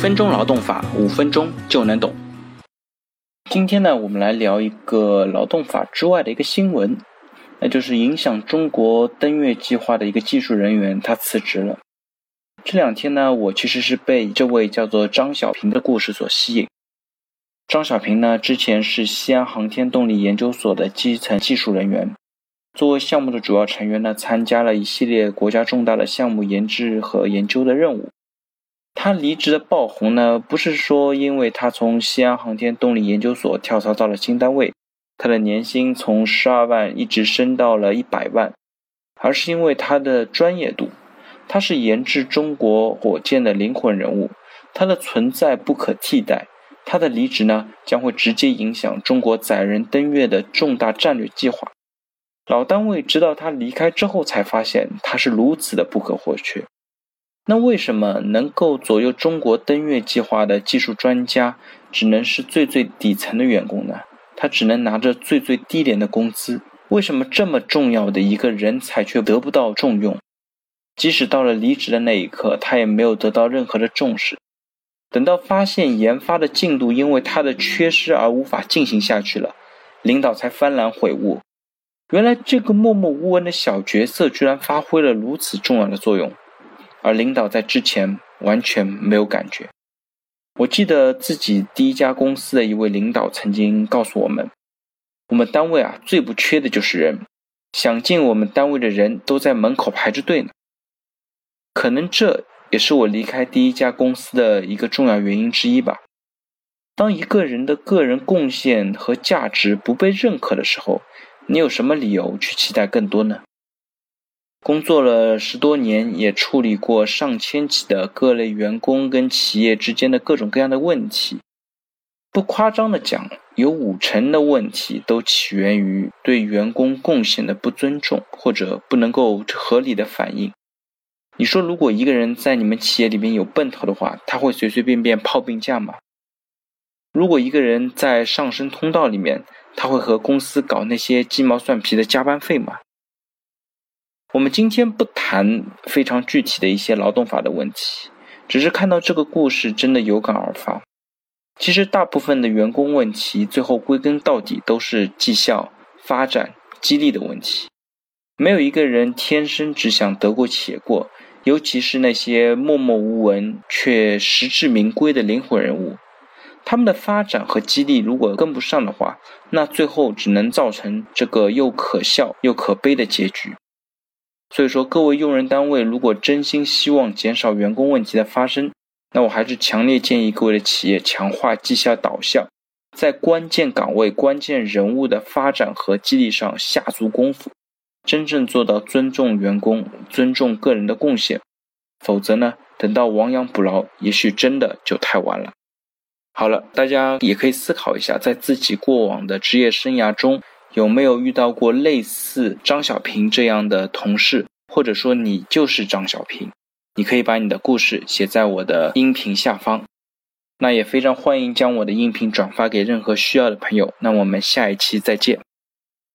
分钟劳动法，5分钟就能懂。今天呢，我们来聊一个劳动法之外的一个新闻，那就是影响中国登月计划的一个技术人员，他辞职了。这2天呢，我其实是被这位叫做张小平的故事所吸引。张小平呢，之前是西安航天动力研究所的基层技术人员，作为项目的主要成员呢，参加了一系列国家重大的项目研制和研究的任务。他离职的爆红呢，不是说因为他从西安航天动力研究所跳槽到了新单位，他的年薪从12万一直升到了100万，而是因为他的专业度。他是研制中国火箭的灵魂人物，他的存在不可替代。他的离职呢，将会直接影响中国载人登月的重大战略计划。老单位直到他离开之后才发现他是如此的不可或缺。那为什么能够左右中国登月计划的技术专家只能是最底层的员工呢？他只能拿着最低廉的工资。为什么这么重要的一个人才却得不到重用？即使到了离职的那一刻，他也没有得到任何的重视。等到发现研发的进度因为他的缺失而无法进行下去了，领导才幡然悔悟，原来这个默默无闻的小角色居然发挥了如此重要的作用，而领导在之前完全没有感觉。我记得自己第一家公司的一位领导曾经告诉我们单位最不缺的就是人，想进我们单位的人都在门口排着队呢。可能这也是我离开第一家公司的一个重要原因之一吧。当一个人的个人贡献和价值不被认可的时候，你有什么理由去期待更多呢？工作了10多年，也处理过上千起的各类员工跟企业之间的各种各样的问题。不夸张的讲，有50%的问题都起源于对员工贡献的不尊重，或者不能够合理的反应。你说如果一个人在你们企业里面有奔头的话，他会随随便便泡病假吗？如果一个人在上升通道里面，他会和公司搞那些鸡毛蒜皮的加班费吗？我们今天不谈非常具体的一些劳动法的问题，只是看到这个故事真的有感而发。其实大部分的员工问题最后归根到底都是绩效、发展、激励的问题。没有一个人天生只想得过且过，尤其是那些默默无闻却实至名归的灵魂人物，他们的发展和激励如果跟不上的话，那最后只能造成这个又可笑又可悲的结局。所以说，各位用人单位如果真心希望减少员工问题的发生，那我还是强烈建议各位的企业强化绩效导向，在关键岗位、关键人物的发展和激励上下足功夫，真正做到尊重员工、尊重个人的贡献。否则呢，等到亡羊补牢，也许真的就太晚了。好了，大家也可以思考一下，在自己过往的职业生涯中，有没有遇到过类似张小平这样的同事，或者说你就是张小平？你可以把你的故事写在我的音频下方。那也非常欢迎将我的音频转发给任何需要的朋友。那我们下一期再见。